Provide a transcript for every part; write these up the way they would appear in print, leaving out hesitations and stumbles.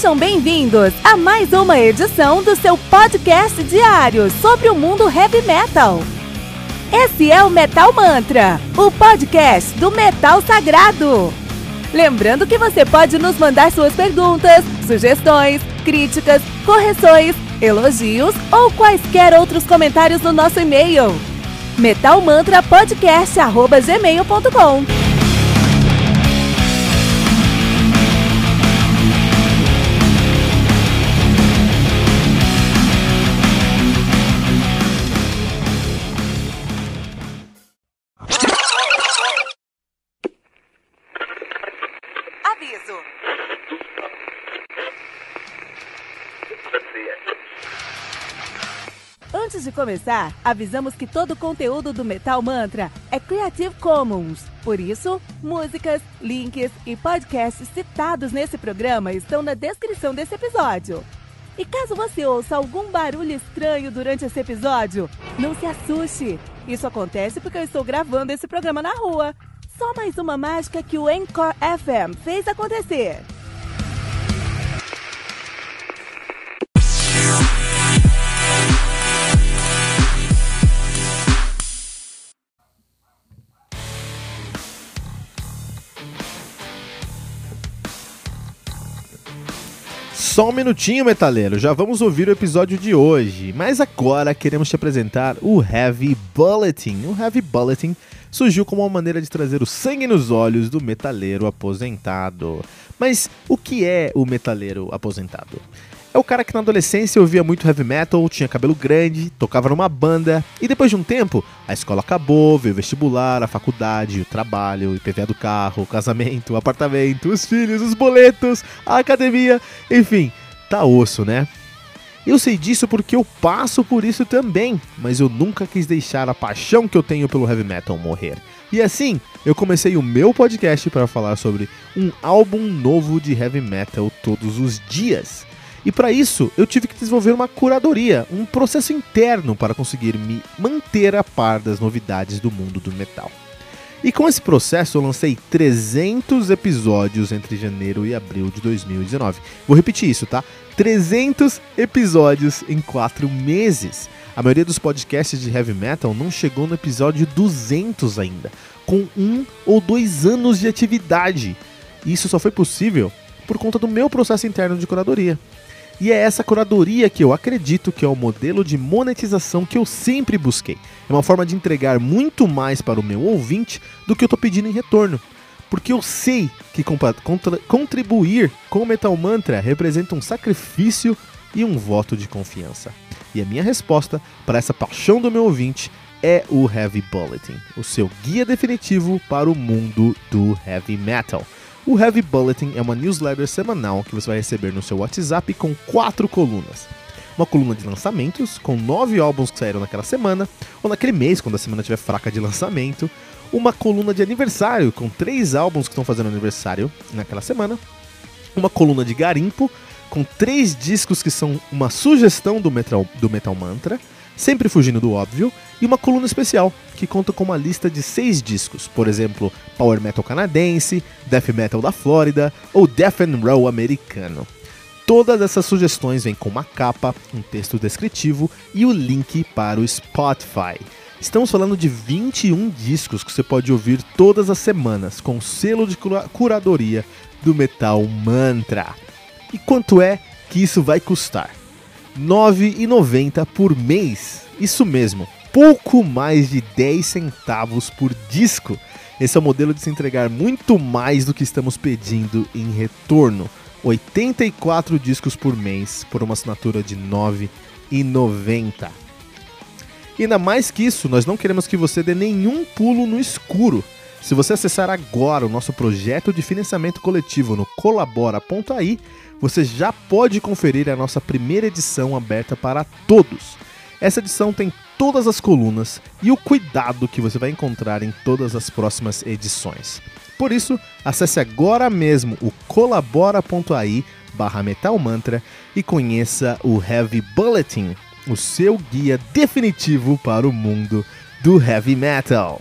Sejam bem-vindos a mais uma edição do seu podcast diário sobre o mundo heavy metal. Esse é o Metal Mantra, o podcast do metal sagrado. Lembrando que você pode nos mandar suas perguntas, sugestões, críticas, correções, elogios ou quaisquer outros comentários no nosso e-mail metalmantrapodcast@gmail.com. Aviso. Antes de começar, avisamos que todo o conteúdo do Metal Mantra é Creative Commons. Por isso, músicas, links e podcasts citados nesse programa estão na descrição desse episódio. E caso você ouça algum barulho estranho durante esse episódio, não se assuste. Isso acontece porque eu estou gravando esse programa na rua. Só mais uma mágica que o Anchor FM fez acontecer. Só um minutinho, metaleiro, já vamos ouvir o episódio de hoje, mas agora queremos te apresentar o Heavy Bulletin. O Heavy Bulletin surgiu como uma maneira de trazer o sangue nos olhos do metaleiro aposentado. Mas o que é o metaleiro aposentado? É o cara que na adolescência ouvia muito heavy metal, tinha cabelo grande, tocava numa banda e depois de um tempo a escola acabou, veio o vestibular, a faculdade, o trabalho, o IPVA do carro, o casamento, o apartamento, os filhos, os boletos, a academia, enfim, tá osso, né? Eu sei disso porque eu passo por isso também, mas eu nunca quis deixar a paixão que eu tenho pelo heavy metal morrer. E assim, eu comecei o meu podcast para falar sobre um álbum novo de heavy metal todos os dias. E para isso, eu tive que desenvolver uma curadoria, um processo interno para conseguir me manter a par das novidades do mundo do metal. E com esse processo, eu lancei 300 episódios entre janeiro e abril de 2019. Vou repetir isso, tá? 300 episódios em 4 meses. A maioria dos podcasts de heavy metal não chegou no episódio 200 ainda, com 1 ou 2 anos de atividade. E isso só foi possível por conta do meu processo interno de curadoria. E é essa curadoria que eu acredito que é o modelo de monetização que eu sempre busquei. É uma forma de entregar muito mais para o meu ouvinte do que eu estou pedindo em retorno. Porque eu sei que contribuir com o Metal Mantra representa um sacrifício e um voto de confiança. E a minha resposta para essa paixão do meu ouvinte é o Heavy Bulletin, o seu guia definitivo para o mundo do heavy metal. O Heavy Bulletin é uma newsletter semanal que você vai receber no seu WhatsApp com 4 colunas. Uma coluna de lançamentos, com 9 álbuns que saíram naquela semana, ou naquele mês, quando a semana estiver fraca de lançamento. Uma coluna de aniversário, com 3 álbuns que estão fazendo aniversário naquela semana. Uma coluna de garimpo, com 3 discos que são uma sugestão do Metal Mantra, sempre fugindo do óbvio, e uma coluna especial, que conta com uma lista de 6 discos, por exemplo, Power Metal canadense, Death Metal da Flórida ou Death and Roll americano. Todas essas sugestões vêm com uma capa, um texto descritivo e o link para o Spotify. Estamos falando de 21 discos que você pode ouvir todas as semanas, com selo de curadoria do Metal Mantra. E quanto é que isso vai custar? R$ 9,90 por mês, isso mesmo, pouco mais de 10 centavos por disco. Esse é o modelo de se entregar muito mais do que estamos pedindo em retorno. 84 discos por mês por uma assinatura de R$ 9,90. E ainda mais que isso, nós não queremos que você dê nenhum pulo no escuro. Se você acessar agora o nosso projeto de financiamento coletivo no colabora.ai, você já pode conferir a nossa primeira edição aberta para todos. Essa edição tem todas as colunas e o cuidado que você vai encontrar em todas as próximas edições. Por isso, acesse agora mesmo o colabora.ai/metalmantra e conheça o Heavy Bulletin, o seu guia definitivo para o mundo do heavy metal.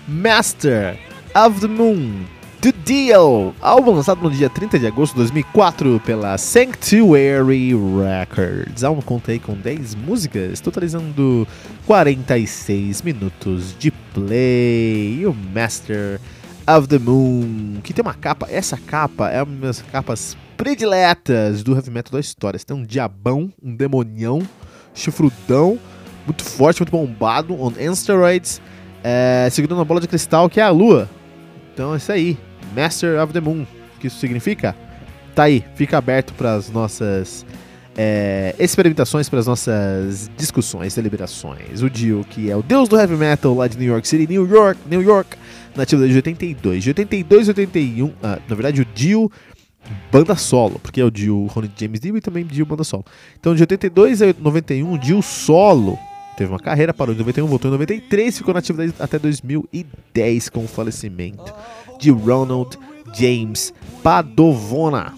Master of the Moon, do Dio, álbum lançado no dia 30 de agosto de 2004 pela Sanctuary Records. O álbum conta aí com 10 músicas, totalizando 46 minutos de play. E o Master of the Moon, que tem uma capa, essa capa é uma das minhas capas prediletas do heavy metal da história. Você tem um diabão, um demonião, chifrudão, muito forte, muito bombado, on steroids, segurando uma bola de cristal que é a lua. Então é isso aí, Master of the Moon. O que isso significa? Tá aí, fica aberto para as nossas experimentações, para as nossas discussões, deliberações. O Dio, que é o deus do heavy metal lá de New York City, New York, nativo desde 82. De 82 e 81, na verdade o Dio banda solo, porque é o Dio Ronnie James Dio e também Dio banda solo. Então de 82 a 91, o Dio solo teve uma carreira, parou em 91, voltou em 93, ficou na atividade até 2010 com o falecimento de Ronald James Padovona.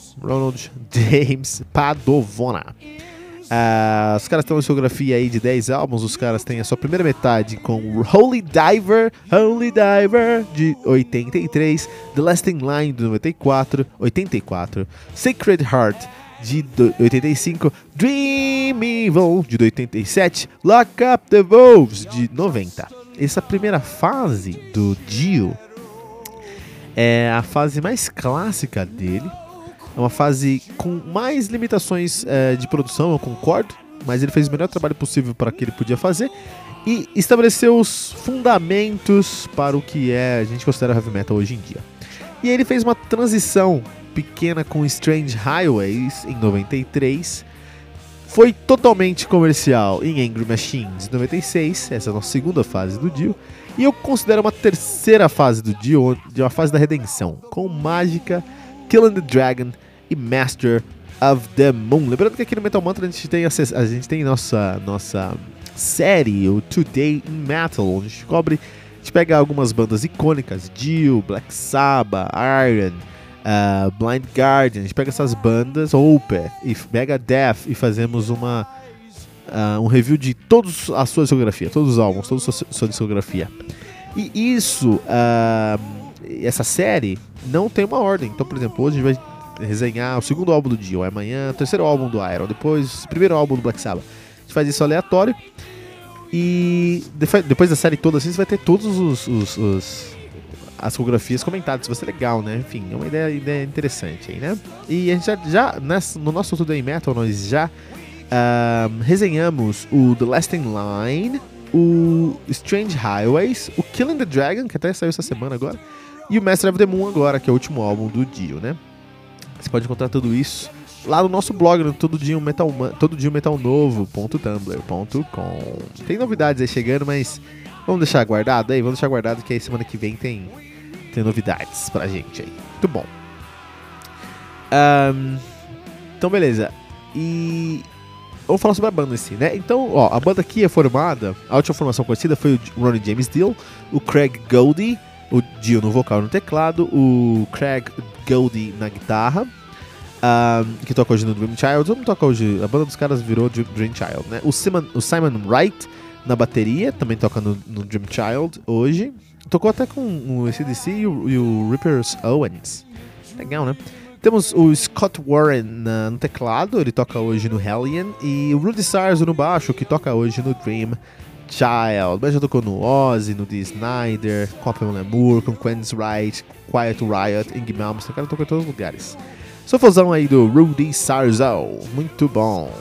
Os caras têm uma discografia aí de 10 álbuns. Os caras têm a sua primeira metade com Holy Diver de 83, The Lasting Line de 84, Sacred Heart de 85, Dream Evil de 87, Lock Up the Wolves de 90. Essa primeira fase do Dio é a fase mais clássica dele. É uma fase com mais limitações de produção, eu concordo, mas ele fez o melhor trabalho possível para o que ele podia fazer e estabeleceu os fundamentos para o que a gente considera heavy metal hoje em dia. E aí ele fez uma transição pequena com Strange Highways em 93, foi totalmente comercial em Angry Machines em 96, essa é a nossa segunda fase do Dio, e eu considero uma terceira fase do Dio, de uma fase da redenção, com Mágica, Killing the Dragon e Master of the Moon. Lembrando que aqui no Metal Mantra a gente tem nossa série, o Today in Metal, onde a gente pega algumas bandas icônicas, Dio, Black Sabbath, Iron, Blind Guardian, a gente pega essas bandas, Opeth e Megadeth e fazemos um review de toda a sua discografia, todos os álbuns, toda a sua discografia. E isso, essa série não tem uma ordem. Então, por exemplo, hoje a gente vai resenhar o segundo álbum do Dio, amanhã o terceiro álbum do Iron, depois o primeiro álbum do Black Sabbath. A gente faz isso aleatório e depois da série toda assim, você vai ter todos as discografias comentadas. Isso vai ser legal, né? Enfim, é uma ideia interessante aí, né? E a gente no nosso Today Metal nós já resenhamos o The Lasting Line, o Strange Highways, o Killing the Dragon, que até saiu essa semana agora, e o Master of the Moon agora, que é o último álbum do Dio, né? Você pode encontrar tudo isso lá no nosso blog, no tododiometalnovo.tumblr.com. Tem novidades aí chegando, mas vamos deixar guardado aí? Vamos deixar guardado que aí semana que vem tem novidades pra gente aí. Muito bom. Então, beleza. E vamos falar sobre a banda em si, né? Então, ó, a banda aqui é formada, a última formação conhecida foi o Ronnie James Dio, o Craig Goldie, o Dio no vocal e no teclado, o Craig Goldie na guitarra, que toca hoje no Dream Child. Todo mundo toca hoje, a banda dos caras virou Dream Child, né? O Simon Wright na bateria, também toca no Dream Child hoje. Tocou até com o AC/DC e o Rippers Owens. Legal, né? Temos o Scott Warren no teclado, ele toca hoje no Hellion, e o Rudy Sarzo no baixo, que toca hoje no Dream Child. Mas já tocou no Ozzy, no Dee Snider, com Pamela Moore, com Quentin Wright, Quiet Riot, Ing Malmsteen. O cara tocou em todos os lugares. Sofozão aí do Rudy Sarzo, muito bom.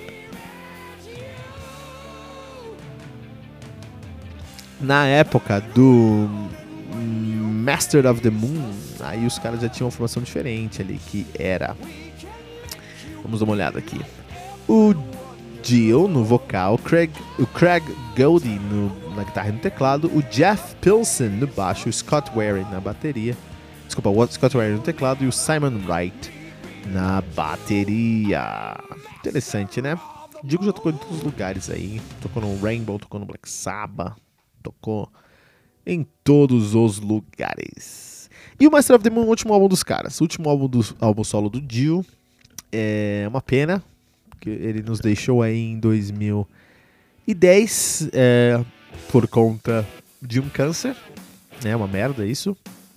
Na época do Master of the Moon, aí os caras já tinham uma formação diferente ali, que era... Vamos dar uma olhada aqui. O Dio no vocal, o Craig Goldie na guitarra e no teclado, o Jeff Pilson no baixo, o Scott Warren na bateria, o Scott Warren no teclado e o Simon Wright na bateria. Interessante, né? O Dio já tocou em todos os lugares aí, tocou no Rainbow, tocou no Black Sabbath, tocou em todos os lugares. E o Master of the Moon, o último álbum dos caras, o último álbum solo do Dio. É uma pena que ele nos deixou aí em 2010 por conta de um câncer. É uma merda isso.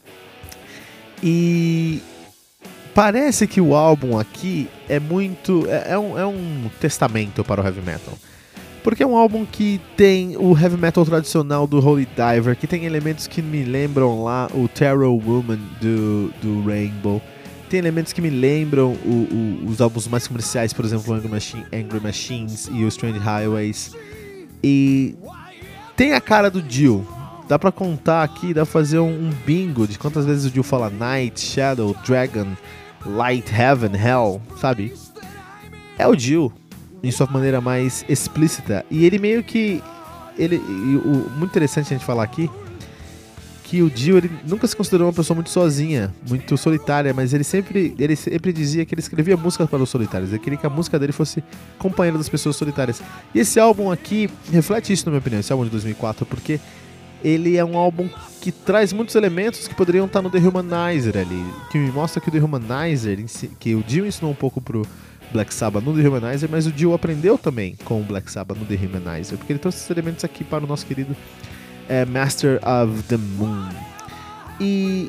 E parece que o álbum aqui é muito... É um testamento para o heavy metal. Porque é um álbum que tem o heavy metal tradicional do Holy Diver, que tem elementos que me lembram lá o Terror Woman do Rainbow. Tem elementos que me lembram os álbuns mais comerciais, por exemplo, Angry Machines e o Strange Highways. E tem a cara do Dio. Dá pra contar aqui, dá pra fazer um bingo de quantas vezes o Dio fala Night, Shadow, Dragon, Light, Heaven, Hell, sabe? É o Dio em sua maneira mais explícita. E ele meio que... muito interessante a gente falar aqui, que o Dio, ele nunca se considerou uma pessoa muito sozinha, muito solitária, mas ele sempre dizia que ele escrevia músicas para os solitários. Ele queria que a música dele fosse companheira das pessoas solitárias. E esse álbum aqui reflete isso, na minha opinião, esse álbum de 2004, porque ele é um álbum que traz muitos elementos que poderiam estar no The Humanizer ali, que me mostra que o The Humanizer, que o Dio ensinou um pouco pro Black Sabbath no The Humanizer, mas o Dio aprendeu também com o Black Sabbath no The Humanizer, porque ele trouxe esses elementos aqui para o nosso querido Master of the Moon. E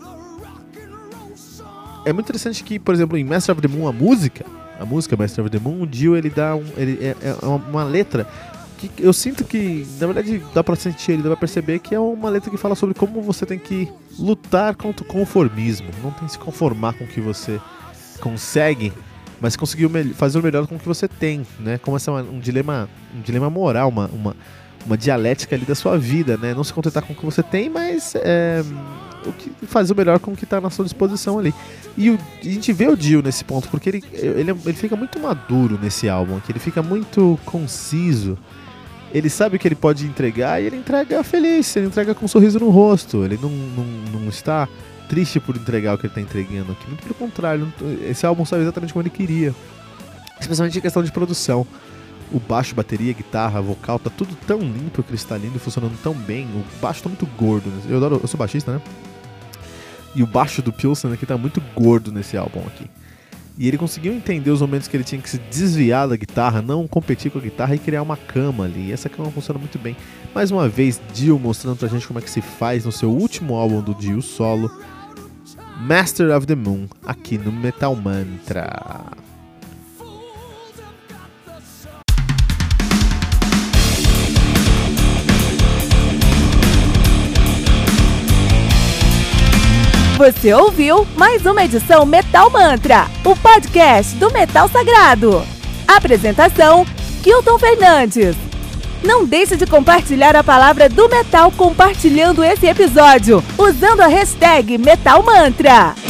é muito interessante que, por exemplo, em Master of the Moon, a música Master of the Moon, o Dio ele dá uma letra que eu sinto que, na verdade, dá pra sentir, ele dá pra perceber que é uma letra que fala sobre como você tem que lutar contra o conformismo, não tem que se conformar com o que você consegue, mas conseguir fazer o melhor com o que você tem, né? Como esse é um dilema moral, uma dialética ali da sua vida, né? Não se contentar com o que você tem, mas fazer o melhor com o que está na sua disposição ali. E a gente vê o Dio nesse ponto, porque ele fica muito maduro nesse álbum, que ele fica muito conciso. Ele sabe o que ele pode entregar e ele entrega feliz, ele entrega com um sorriso no rosto. Ele não está triste por entregar o que ele está entregando aqui. Muito pelo contrário, esse álbum saiu exatamente como ele queria. Especialmente em questão de produção. O baixo, bateria, guitarra, vocal, tá tudo tão limpo, cristalino e funcionando tão bem. O baixo tá muito gordo. Eu sou baixista, né? E o baixo do Pilsen aqui tá muito gordo nesse álbum aqui. E ele conseguiu entender os momentos que ele tinha que se desviar da guitarra, não competir com a guitarra e criar uma cama ali. E essa cama funciona muito bem. Mais uma vez, Dio mostrando pra gente como é que se faz no seu último álbum do Dio solo, Master of the Moon, aqui no Metal Mantra. Você ouviu mais uma edição Metal Mantra, o podcast do Metal Sagrado. Apresentação, Kilton Fernandes. Não deixe de compartilhar a palavra do metal compartilhando esse episódio, usando a hashtag Metal Mantra.